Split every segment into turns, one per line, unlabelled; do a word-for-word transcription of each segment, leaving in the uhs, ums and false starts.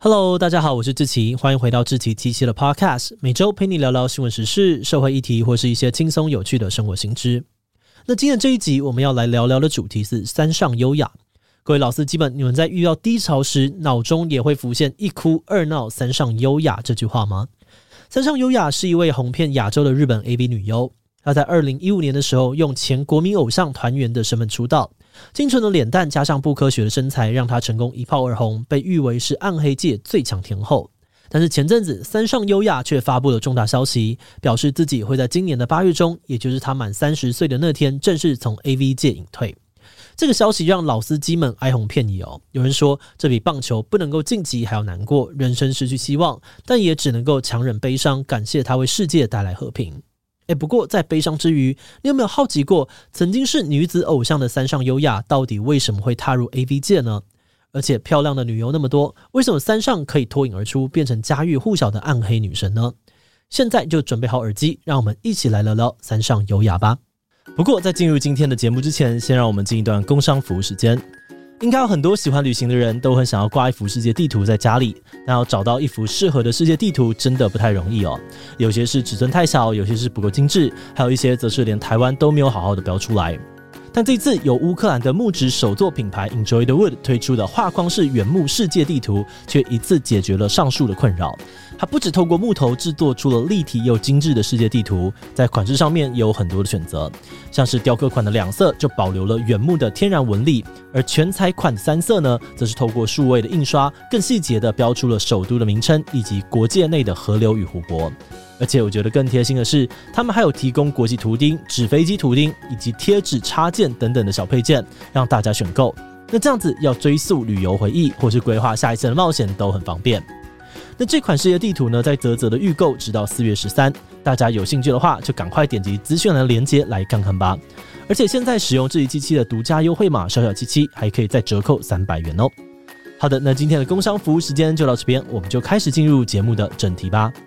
Hello， 大家好，我是志祺，欢迎回到志祺七七的 Podcast， 每周陪你聊聊新闻时事、社会议题或是一些轻松有趣的生活新知。那今天这一集我们要来聊聊的主题是三上优雅。各位老司机们，你们在遇到低潮时，脑中也会浮现一哭二闹三上优雅这句话吗？三上优雅是一位红遍亚洲的日本 A V 女优，她在二零一五年的时候用前国民偶像团员的身份出道，清纯的脸蛋加上不科学的身材，让她成功一炮而红，被誉为是暗黑界最强天后。但是前阵子三上优雅却发布了重大消息，表示自己会在今年的八月中，也就是她满三十岁的那天，正式从 A V 界隐退。这个消息让老司机们哀鸿遍野哦。有人说，这比棒球不能够晋级还要难过，人生失去希望，但也只能够强忍悲伤，感谢他为世界带来和平。诶，不过在悲伤之余，你有没有好奇过，曾经是女子偶像的三上优雅，到底为什么会踏入 A V 界呢？而且漂亮的女优那么多，为什么三上可以脱颖而出，变成家喻户晓的暗黑女神呢？现在就准备好耳机，让我们一起来聊聊三上优雅吧。不过在进入今天的节目之前，先让我们进一段工商服务时间。应该有很多喜欢旅行的人都很想要挂一幅世界地图在家里，但要找到一幅适合的世界地图真的不太容易哦。有些是尺寸太小，有些是不够精致，还有一些则是连台湾都没有好好的标出来。但这次由乌克兰的木质手作品牌 Enjoy the Wood 推出的画框式原木世界地图，却一次解决了上述的困扰。它不只透过木头制作出了立体又精致的世界地图，在款式上面也有很多的选择，像是雕刻款的两色就保留了原木的天然纹理，而全彩款三色呢，则是透过数位的印刷，更细节的标出了首都的名称以及国界内的河流与湖泊。而且我觉得更贴心的是，他们还有提供国际图钉、纸飞机图钉以及贴纸插件等等的小配件，让大家选购。那这样子要追溯旅游回忆或是规划下一次的冒险都很方便。那这款世界地图呢，在嘖嘖的预购直到四月十三，大家有兴趣的话就赶快点击资讯栏的连结来看看吧。而且现在使用志祺七七的独家优惠码小小七七，还可以再折扣三百元哦。好的，那今天的工商服务时间就到这边，我们就开始进入节目的正题吧。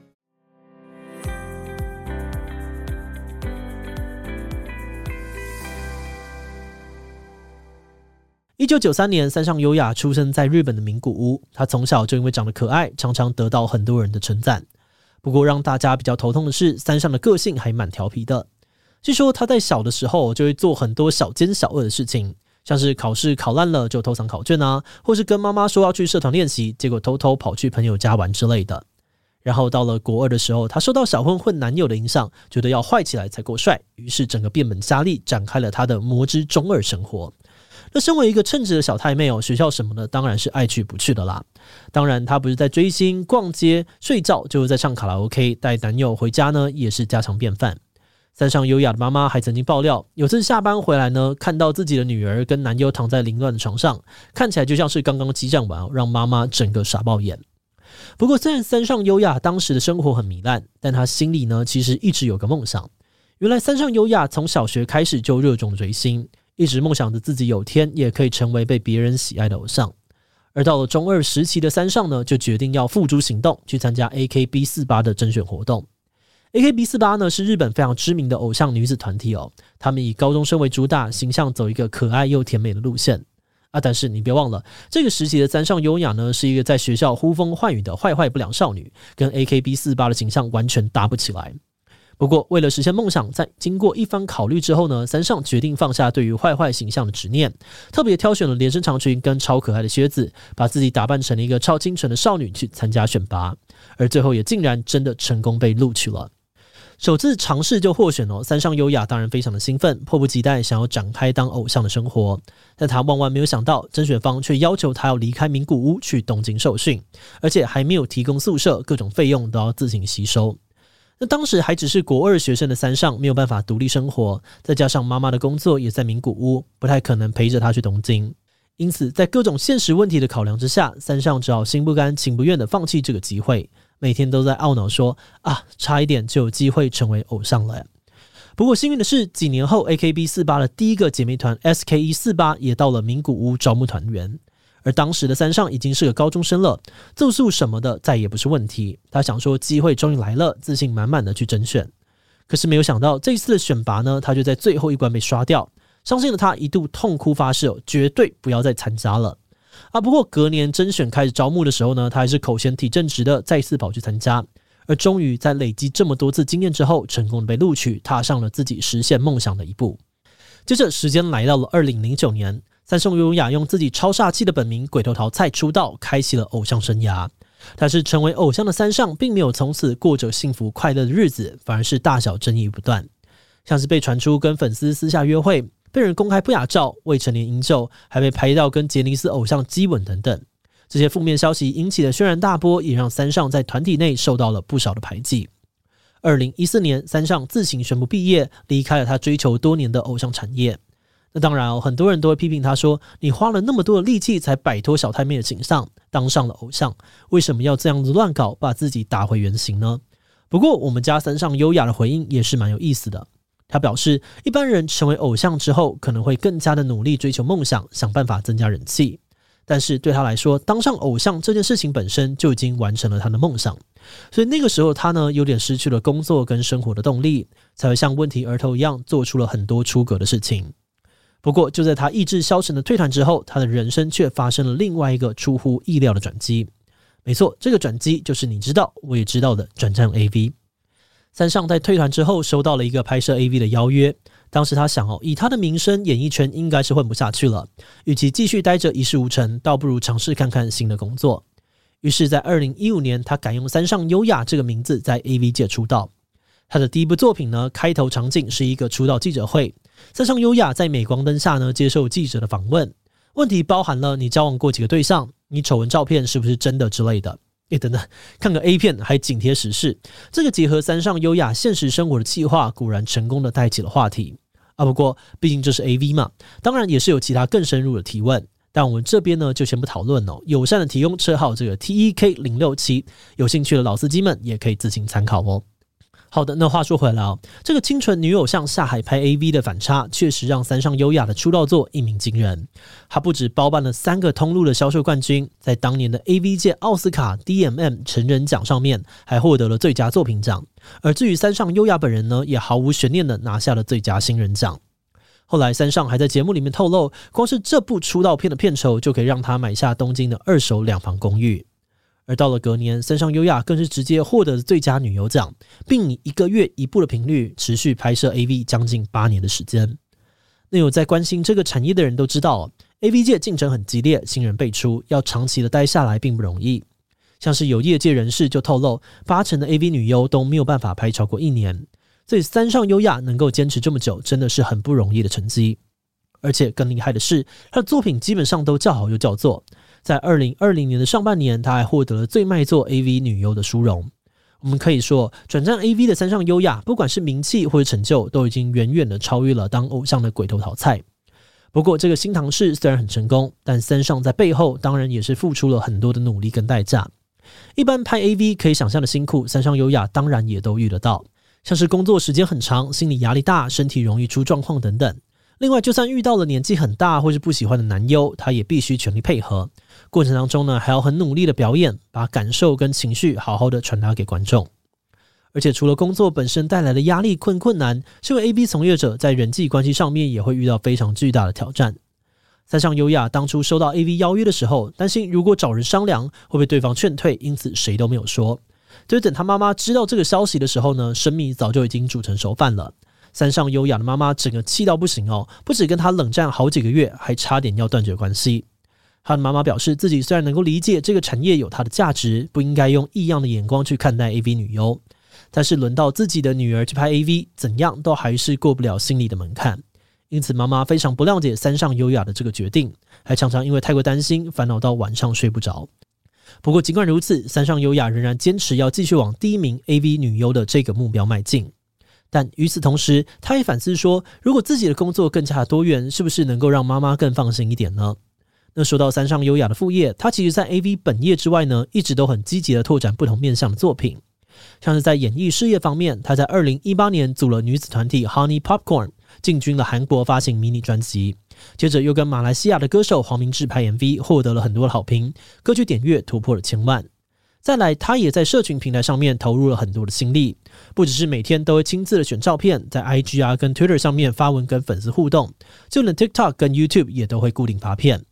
一九九三年，三上优雅出生在日本的名古屋。她从小就因为长得可爱，常常得到很多人的称赞。不过让大家比较头痛的是，三上的个性还蛮调皮的。据说她在小的时候就会做很多小奸小恶的事情，像是考试考烂了就偷藏考卷啊，或是跟妈妈说要去社团练习，结果偷偷跑去朋友家玩之类的。然后到了国二的时候，她受到小混混男友的影响，觉得要坏起来才够帅，于是整个变本加厉，展开了她的魔之中二生活。那身为一个称职的小太妹哦，学校什么的当然是爱去不去的啦。当然她不是在追星、逛街、睡觉，就是在唱卡拉 OK， 带男友回家呢也是家常便饭。三上优雅的妈妈还曾经爆料，有次下班回来呢，看到自己的女儿跟男友躺在凌乱的床上，看起来就像是刚刚激战完，让妈妈整个傻爆眼。不过虽然三上优雅当时的生活很糜烂，但她心里呢其实一直有个梦想。原来三上优雅从小学开始就热衷追星，一直梦想着自己有天也可以成为被别人喜爱的偶像。而到了中二时期的三上呢，就决定要付诸行动，去参加 A K B 四十八 的甄选活动。A K B 四十八 呢是日本非常知名的偶像女子团体哦，他们以高中生为主打，形象走一个可爱又甜美的路线啊。但是你别忘了，这个时期的三上优雅呢，是一个在学校呼风唤雨的坏坏不良少女，跟 A K B 四十八 的形象完全搭不起来。不过为了实现梦想，在经过一番考虑之后呢，三上决定放下对于坏坏形象的执念，特别挑选了连身长裙跟超可爱的靴子，把自己打扮成了一个超清纯的少女去参加选拔，而最后也竟然真的成功被录取了。首次尝试就获选哦，三上优雅当然非常的兴奋，迫不及待想要展开当偶像的生活。但他万万没有想到，甄选方却要求他要离开名古屋去东京受训，而且还没有提供宿舍，各种费用都要自行吸收。那当时还只是国二学生的三上没有办法独立生活，再加上妈妈的工作也在名古屋，不太可能陪着他去东京。因此在各种现实问题的考量之下，三上只好心不甘情不愿的放弃这个机会，每天都在懊恼说啊，差一点就有机会成为偶像了。不过幸运的是，几年后 A K B 四十八 的第一个姐妹团 S K E 四十八 也到了名古屋招募团员。而当时的三上已经是个高中生了，住宿什么的再也不是问题。他想说机会终于来了，自信满满的去甄选。可是没有想到这一次的选拔呢，他就在最后一关被刷掉。伤心的他一度痛哭发誓，绝对不要再参加了。 啊。不过隔年甄选开始招募的时候呢，他还是口嫌体正直的再次跑去参加，而终于在累积这么多次经验之后，成功的被录取，踏上了自己实现梦想的一步。接着时间来到了二零零九年，三上优雅用自己超煞气的本名鬼头桃菜出道，开启了偶像生涯。但是成为偶像的三上并没有从此过着幸福快乐的日子，反而是大小争议不断，像是被传出跟粉丝私下约会，被人公开不雅照，未成年饮酒，还被拍到跟杰尼斯偶像激吻等等。这些负面消息引起的轩然大波，也让三上在团体内受到了不少的排挤。二零一四年，三上自行宣布毕业，离开了他追求多年的偶像产业。那当然哦，很多人都会批评他说，你花了那么多的力气才摆脱小太妹的形象，当上了偶像，为什么要这样子乱搞，把自己打回原形呢？不过我们家三上优雅的回应也是蛮有意思的。他表示，一般人成为偶像之后，可能会更加的努力追求梦想，想办法增加人气。但是对他来说，当上偶像这件事情本身就已经完成了他的梦想，所以那个时候他呢，有点失去了工作跟生活的动力，才会像问题儿童一样做出了很多出格的事情。不过就在他意志消沉的退团之后，他的人生却发生了另外一个出乎意料的转机。没错，这个转机就是你知道我也知道的转战 A V。 三上在退团之后收到了一个拍摄 A V 的邀约，当时他想哦，以他的名声，演艺圈应该是混不下去了，与其继续待着一事无成，倒不如尝试看看新的工作。于是在二零一五年，他改用三上优雅这个名字在 A V 界出道。他的第一部作品呢，开头场景是一个出道记者会，三上优雅在镁光灯下呢接受记者的访问，问题包含了你交往过几个对象，你丑闻照片是不是真的之类的。诶，等等，看个 A 片还紧贴时事，这个结合三上优雅现实生活的企划，果然成功的带起了话题啊。不过毕竟这是 A V 嘛，当然也是有其他更深入的提问，但我们这边呢就先不讨论哦。友善的提供车号这个 T E K 零六七， 有兴趣的老司机们也可以自行参考哦。好的，那话说回来哦，这个清纯女偶像下海拍 A V 的反差，确实让三上优雅的出道作一鸣惊人。她不止包办了三个通路的销售冠军，在当年的 A V 界奥斯卡 D M M 成人奖上面还获得了最佳作品奖。而至于三上优雅本人呢，也毫无悬念的拿下了最佳新人奖。后来三上还在节目里面透露，光是这部出道片的片酬就可以让他买下东京的二手两房公寓。而到了隔年，三上优雅更是直接获得了最佳女优奖，并以一个月一部的频率持续拍摄 A V 将近八年的时间。那有在关心这个产业的人都知道 A V 界竞争很激烈，新人辈出，要长期的待下来并不容易。像是有业界人士就透露，八成的 A V 女优都没有办法拍超过一年，所以三上优雅能够坚持这么久，真的是很不容易的成绩。而且更厉害的是，她的作品基本上都叫好又叫座。在二零二零年的上半年，她还获得了最卖座 A V 女优的殊荣。我们可以说，转战 A V 的三上优雅，不管是名气或者成就，都已经远远的超越了当偶像的鬼头桃菜。不过这个新唐氏虽然很成功，但三上在背后当然也是付出了很多的努力跟代价。一般拍 A V 可以想象的辛苦，三上优雅当然也都遇得到，像是工作时间很长，心理压力大，身体容易出状况等等。另外，就算遇到了年纪很大或是不喜欢的男优，他也必须全力配合。过程当中呢，还要很努力的表演，把感受跟情绪好好的传达给观众。而且除了工作本身带来的压力困困难，身为 A V 从业者在人际关系上面也会遇到非常巨大的挑战。三上优雅当初收到 A V 邀约的时候，担心如果找人商量会被对方劝退，因此谁都没有说。就是等他妈妈知道这个消息的时候呢，生米早就已经煮成熟饭了。三上优雅的妈妈整个气到不行哦，不止跟他冷战好几个月，还差点要断绝关系。他的妈妈表示，自己虽然能够理解这个产业有它的价值，不应该用异样的眼光去看待 A V 女优，但是轮到自己的女儿去拍 A V， 怎样都还是过不了心理的门槛。因此妈妈非常不谅解三上优雅的这个决定，还常常因为太过担心，烦恼到晚上睡不着。不过尽管如此，三上优雅仍然坚持要继续往第一名 A V 女优的这个目标迈进。但与此同时，他也反思说，如果自己的工作更加的多元，是不是能够让妈妈更放心一点呢？那说到三上优雅的副业，他其实在 A V 本业之外呢，一直都很积极的拓展不同面向的作品。像是在演艺事业方面，他在二零一八年组了女子团体 Honey Popcorn， 进军了韩国发行迷你专辑，接着又跟马来西亚的歌手黄明志拍 M V， 获得了很多的好评，歌曲点阅突破了千万。再来，他也在社群平台上面投入了很多的心力，不只是每天都会亲自的选照片，在 I G 啊跟 Twitter 上面发文跟粉丝互动，就连 TikTok 跟 YouTube 也都会固定发片。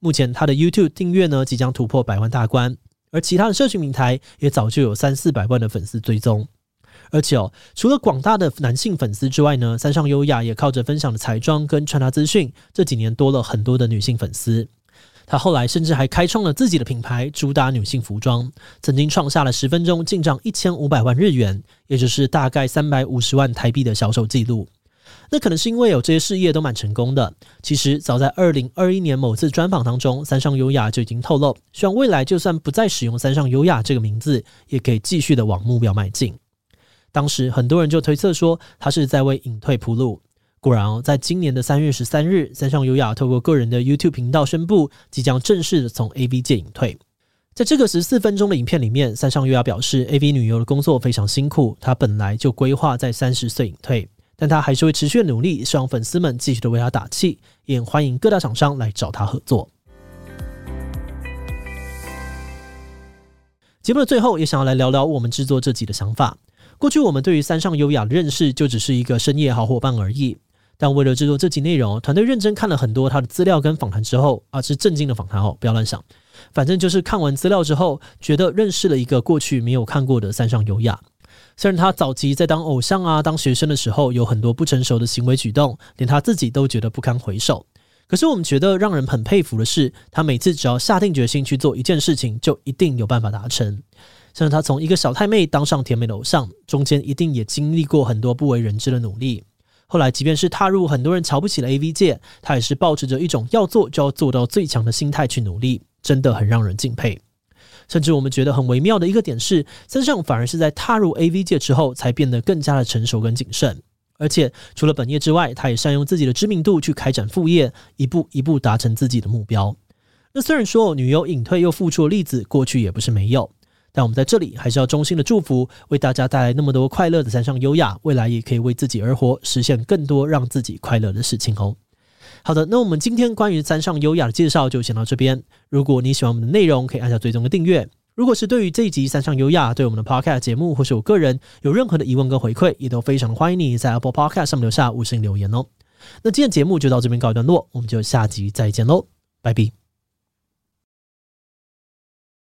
目前他的 YouTube 订阅呢即将突破百万大关，而其他的社群平台也早就有三四百万的粉丝追踪。而且哦，除了广大的男性粉丝之外呢，三上优雅也靠着分享的彩妆跟穿搭资讯，这几年多了很多的女性粉丝。他后来甚至还开创了自己的品牌，主打女性服装，曾经创下了十分钟进账一千五百万日元，也就是大概三百五十万台币的销售记录。那可能是因为有这些事业都蛮成功的。其实早在二零二一年某次专访当中，三上优雅就已经透露，希望未来就算不再使用三上优雅这个名字，也可以继续的往目标迈进。当时很多人就推测说，他是在为隐退铺路。果然哦，在今年的三月十三日，三上优雅透过个人的 YouTube 频道宣布，即将正式的从 A V 界隐退。在这个十四分钟的影片里面，三上优雅表示 A V 女优的工作非常辛苦，她本来就规划在三十岁隐退，但她还是会持续的努力，希望粉丝们继续的为她打气，也欢迎各大厂商来找她合作。节目的最后，也想要来聊聊我们制作这集的想法。过去我们对于三上优雅的认识就只是一个深夜好伙伴而已，但为了制作这集内容，团队认真看了很多他的资料跟访谈之后，啊，是正经的访谈哦，不要乱想。反正就是看完资料之后，觉得认识了一个过去没有看过的三上优雅。虽然他早期在当偶像啊、当学生的时候有很多不成熟的行为举动，连他自己都觉得不堪回首。可是我们觉得让人很佩服的是，他每次只要下定决心去做一件事情，就一定有办法达成。像是他从一个小太妹当上甜美的偶像，中间一定也经历过很多不为人知的努力。后来即便是踏入很多人瞧不起的 A V 界，他也是抱持着一种要做就要做到最强的心态去努力，真的很让人敬佩。甚至我们觉得很微妙的一个点是，三上反而是在踏入 A V 界之后才变得更加的成熟跟谨慎。而且除了本业之外，他也善用自己的知名度去开展副业，一步一步达成自己的目标。那虽然说女优隐退又复出的例子过去也不是没有，但我们在这里还是要衷心的祝福，为大家带来那么多快乐的三上优雅，未来也可以为自己而活，实现更多让自己快乐的事情哦。好的，那我们今天关于三上优雅的介绍就先到这边。如果你喜欢我们的内容，可以按下追踪的订阅。如果是对于这一集三上优雅，对我们的 Podcast 节目或是我个人有任何的疑问跟回馈，也都非常欢迎你在 Apple Podcast 上面留下五星留言哦。那今天的节目就到这边告一段落，我们就下集再见喽，拜拜。